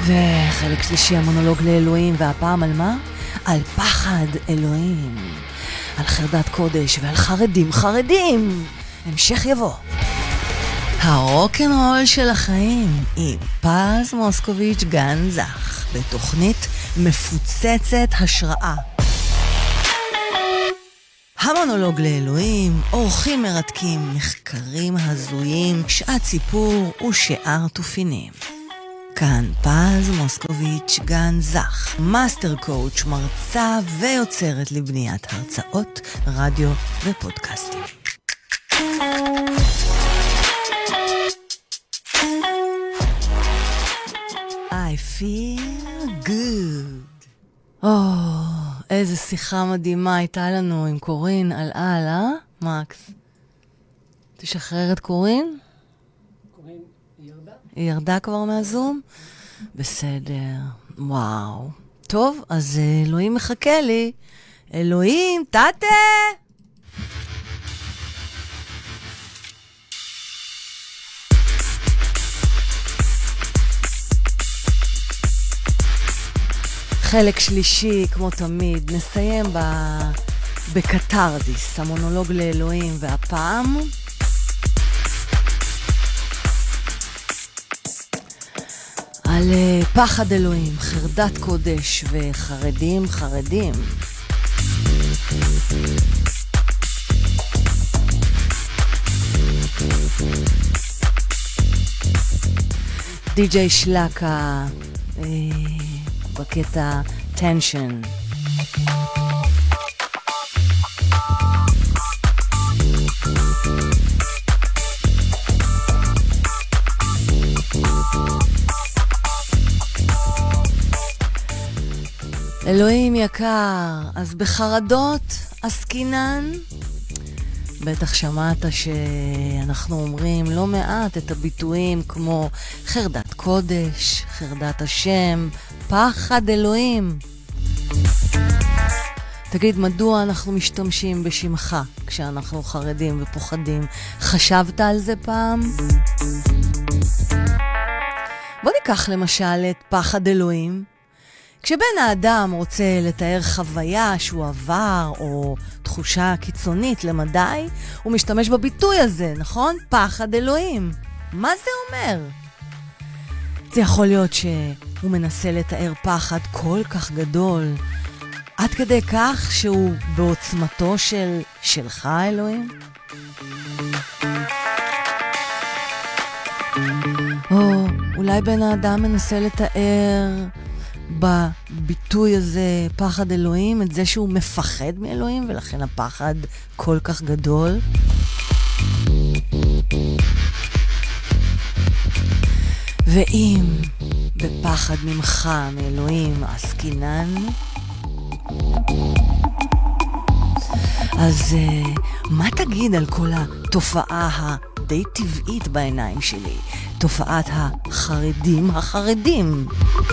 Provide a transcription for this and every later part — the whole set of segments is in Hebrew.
וחלק שלישי המונולוג לאלוהים, והפעם על מה? על פחד אלוהים, על חרדת קודש ועל חרדים. המשך יבוא. הרוק'נ'רול של החיים עם פז מוסקוביץ' גן זך, בתוכנית מפוצצת השראה. המונולוג לאלוהים, אורחים מרתקים, מחקרים הזויים, שעת סיפור ושאר תופינים. כאן פז מוסקוביץ' גן זך, מאסטר קואוץ', מרצה ויוצרת לבניית הרצאות, רדיו ופודקאסטים. I feel good. איזה שיחה מדהימה הייתה לנו עם קורין על מקס? תשחרר את קורין? קורין ירדה? היא ירדה כבר מהזום? בסדר, וואו. טוב, אז אלוהים מחכה לי. אלוהים, תתה! חלק שלישי, כמו תמיד, נסיים בקטרזיס, המונולוג לאלוהים, והפעם על פחד אלוהים, חרדת קודש וחרדים. די.ג'יי שלקה בקטע טנשן. אלוהים יקר, אז בחרדות עסקינן? בטח שמעת שאנחנו אומרים לא מעט את הביטויים כמו חרדת קודש, חרדת השם, פחד אלוהים. תגיד, מדוע אנחנו משתמשים בשמך כשאנחנו חרדים ופוחדים? חשבת על זה פעם? בוא ניקח למשל את פחד אלוהים. כשבן האדם רוצה לתאר חוויה שהוא עבר או תחושה קיצונית למדי, הוא משתמש בביטוי הזה, נכון? פחד אלוהים. מה זה אומר? זה יכול להיות שהוא מנסה לתאר פחד כל כך גדול, עד כדי כך שהוא בעוצמתו שלך אלוהים? או אולי בן האדם מנסה לתאר בביטוי הזה, פחד אלוהים, את זה שהוא מפחד מאלוהים, ולכן הפחד כל כך גדול. ואם בפחד ממך, מאלוהים, עסקינן, אז מה תגיד על כל התופעה הדי טבעית בעיניים שלי? תופעת החרדים.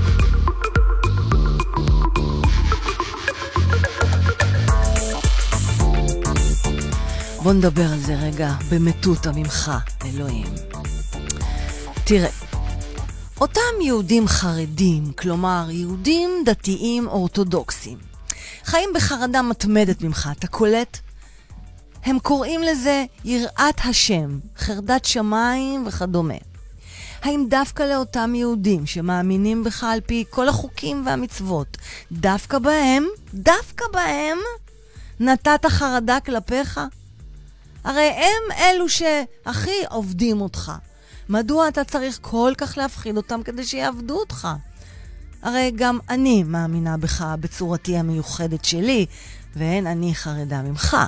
בוא נדבר על זה רגע במטותא ממך, אלוהים. תראה, אותם יהודים חרדים, כלומר יהודים דתיים אורתודוקסים, חיים בחרדה מתמדת ממך, אתה קולט? הם קוראים לזה יראת השם, חרדת שמיים וכדומה. האם דווקא לאותם יהודים שמאמינים בך על פי כל החוקים והמצוות, דווקא בהם נתת חרדה כלפיך? הרי הם אלו שהכי עובדים אותך. מדוע אתה צריך כל כך להפחיד אותם כדי שיעבדו אותך? הרי גם אני מאמינה בך בצורתי המיוחדת שלי, ואין אני חרדה ממך.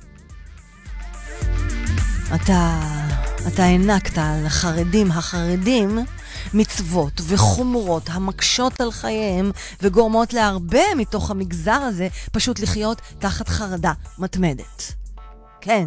אתה הענקת על החרדים מצוות וחומרות המקשות על חייהם וגורמות להרבה מתוך המגזר הזה פשוט לחיות תחת חרדה מתמדת. כן.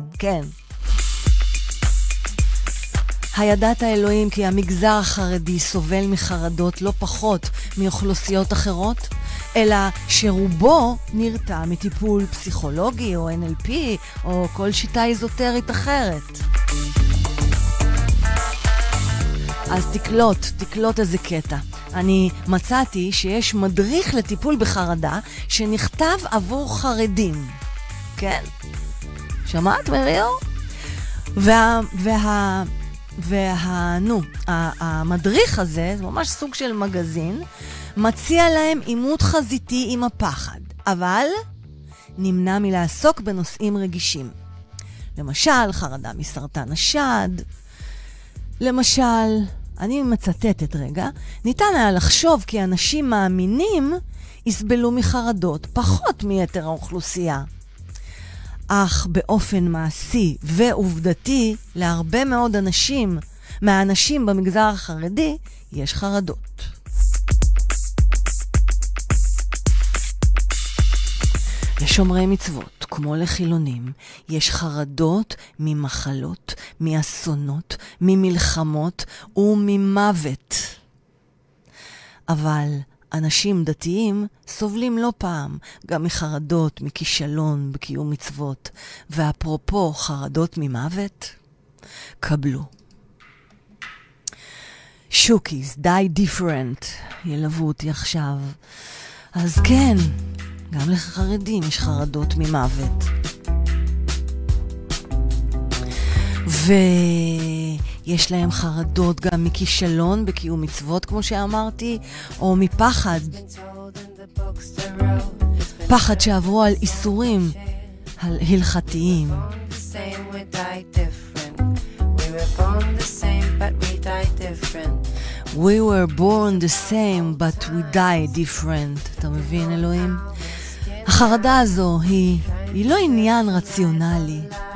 הידעת האלוהים כי המגזר החרדי סובל מחרדות לא פחות מאוכלוסיות אחרות, אלא שרובו נרתע מטיפול פסיכולוגי או NLP או כל שיטה איזוטרית אחרת. אז תקלוט איזה קטע. אני מצאתי שיש מדריך לטיפול בחרדה שנכתב עבור חרדים. כן? שמעת, מריאור? המדריך הזה, זה ממש סוג של מגזין, מציע להם עימות חזיתי עם הפחד, אבל נמנע מלעסוק בנושאים רגישים. למשל, חרדה מסרטן השד. למשל, אני מצטטת רגע, ניתן היה לחשוב כי אנשים מאמינים יסבלו מחרדות פחות מיתר האוכלוסייה. אך באופן מעשי ועובדתי, להרבה מאוד מהאנשים במגזר החרדי, יש חרדות. לשומרי מצוות, כמו לחילונים, יש חרדות ממחלות, מאסונות, ממלחמות וממוות. אבל אנשים דתיים סובלים לא פעם, גם מחרדות, מכישלון, בקיום מצוות. ואפרופו חרדות ממוות, קבלו. שוקיז, Die Different, ילוו אותי עכשיו. אז כן, גם לחרדים יש חרדות ממוות. ויש להם חרדות גם מכישלון בקיום מצוות, כמו שאמרתי, או מפחד. פחד שעברו על איסורים הלכתיים. We were born the same, but we die different. אתה מבין, אלוהים? החרדה הזו היא לא עניין רציונלי.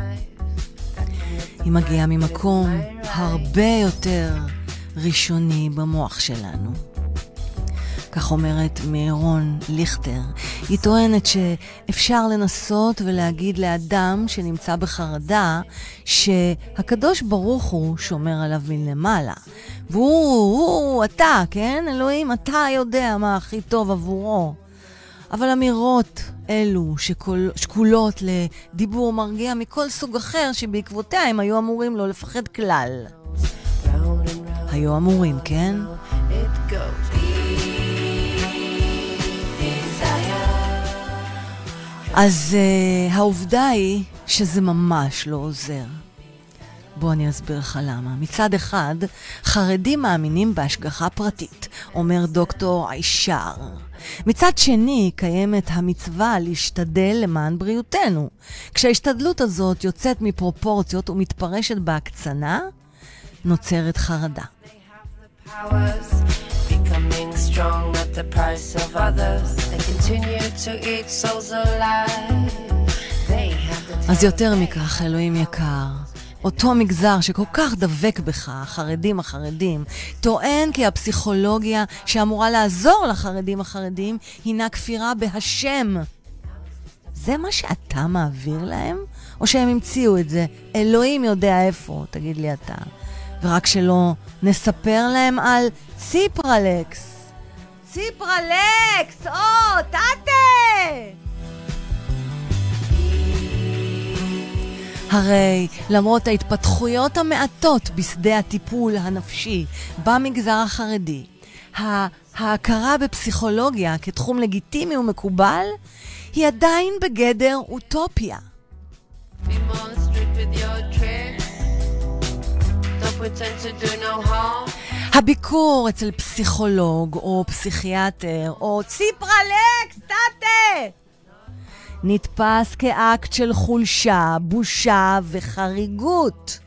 היא מגיעה ממקום הרבה יותר ראשוני במוח שלנו. כך אומרת מירון ליכטר. היא טוענת שאפשר לנסות ולהגיד לאדם שנמצא בחרדה שהקדוש ברוך הוא שומר עליו מלמעלה. והוא, אתה, כן? אלוהים, אתה יודע מה הכי טוב עבורו. אבל אמירות אלו שקולות לדיבור מרגיע מכל סוג אחר שבעקבותיה הם היו אמורים לא לפחד כלל. היו אמורים, כן? אז העובדה היא שזה ממש לא עוזר. בוא אני אסביר לך למה. מצד אחד, חרדים מאמינים בהשגחה פרטית, אומר דוקטור עישר. מצד שני, קיימת המצווה להשתדל למען בריאותנו. כשההשתדלות הזאת יוצאת מפרופורציות ומתפרשת בהקצנה, נוצרת חרדה. אז יותר מכך, אלוהים יקר, אותו מגזר שכל כך דבק בך, החרדים, טוען כי הפסיכולוגיה שאמורה לעזור לחרדים הינה כפירה בהשם. זה מה שאתה מעביר להם? או שהם המציאו את זה? אלוהים יודע איפה, תגיד לי אתה. ורק שלא נספר להם על ציפרלקס. ציפרלקס! תתה! הרי למרות ההתפתחויות המעטות בשדה הטיפול הנפשי במגזר החרדי, ההכרה בפסיכולוגיה כתחום לגיטימי ומקובל היא עדיין בגדר אוטופיה. הביקור אצל פסיכולוג או פסיכיאטר או ציפרלקס, תתה! נתפס כאקט של חולשה, בושה וחריגות.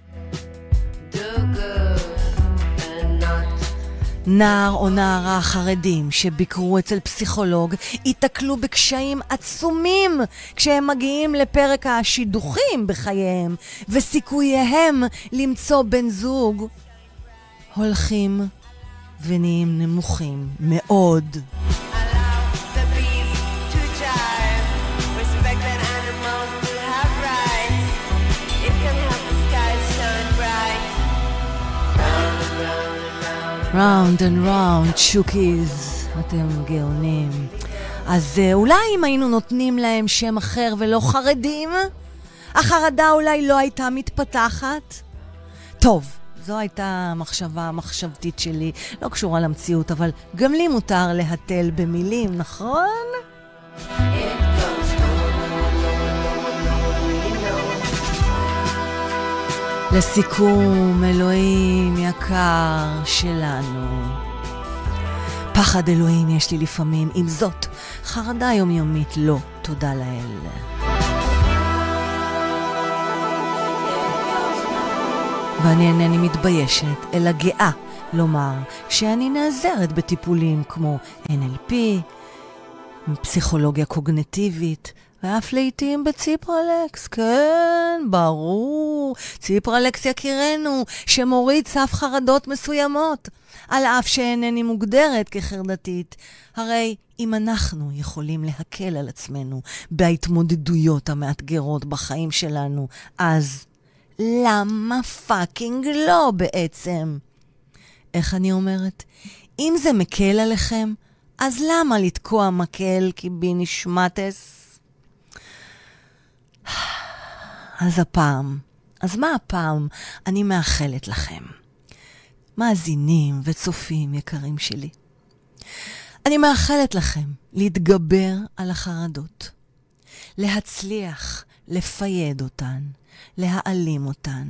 נער או נערה חרדים שביקרו אצל פסיכולוג התקלו בקשיים עצומים כשהם מגיעים לפרק השידוכים בחייהם, וסיכוייהם למצוא בן זוג הולכים ונהיים נמוכים מאוד. Round and round, שוקיז, אתם גאונים. אז אולי אם היינו נותנים להם שם אחר ולא חרדים, החרדה אולי לא הייתה מתפתחת? טוב, זו הייתה המחשבה המחשבתית שלי, לא קשורה למציאות, אבל גם לי מותר להתל במילים, נכון? לסיכום, אלוהים יקר שלנו. פחד אלוהים יש לי לפעמים, עם זאת, חרדה יומיומית לא, תודה לאל. ואני אינני מתביישת, אלא גאה לומר שאני נעזרת בטיפולים כמו NLP, פסיכולוגיה קוגניטיבית, ואף לעתים בציפרלקס, כן, ברור, ציפרלקס יקירנו, שמוריד סף חרדות מסוימות, על אף שאינני מוגדרת כחרדתית. הרי אם אנחנו יכולים להקל על עצמנו בהתמודדויות המאתגרות בחיים שלנו, אז למה פאקינג לא בעצם? איך אני אומרת? אם זה מקל עליכם, אז למה לתקוע מקל כי בי נשמטס? אז מה הפעם אני מאחלת לכם? מאזינים וצופים יקרים שלי. אני מאחלת לכם להתגבר על החרדות, להצליח לפייד אותן, להעלים אותן,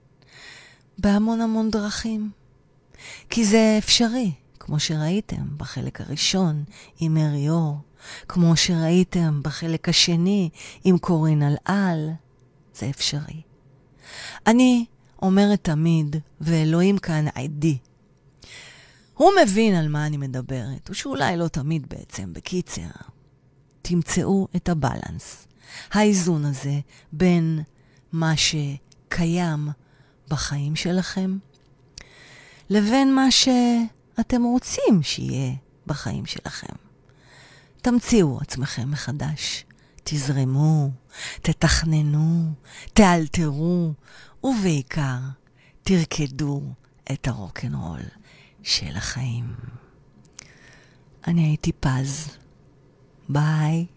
בהמון דרכים. כי זה אפשרי, כמו שראיתם בחלק הראשון עם מרי אור, כמו שראיתם בחלק השני עם קורין על, זה אפשרי. אני אומרת תמיד, ואלוהים כאן עדי, הוא מבין על מה אני מדברת, ושאולי לא תמיד בעצם, בקיצר. תמצאו את הבלנס, האיזון הזה בין מה שקיים בחיים שלכם, לבין מה שאתם רוצים שיהיה בחיים שלכם. תמציאו עצמכם מחדש, תזרמו, תתכננו, תאלתרו, ובעיקר תרקדו את הרוקנרול של החיים. אני הייתי פז. ביי.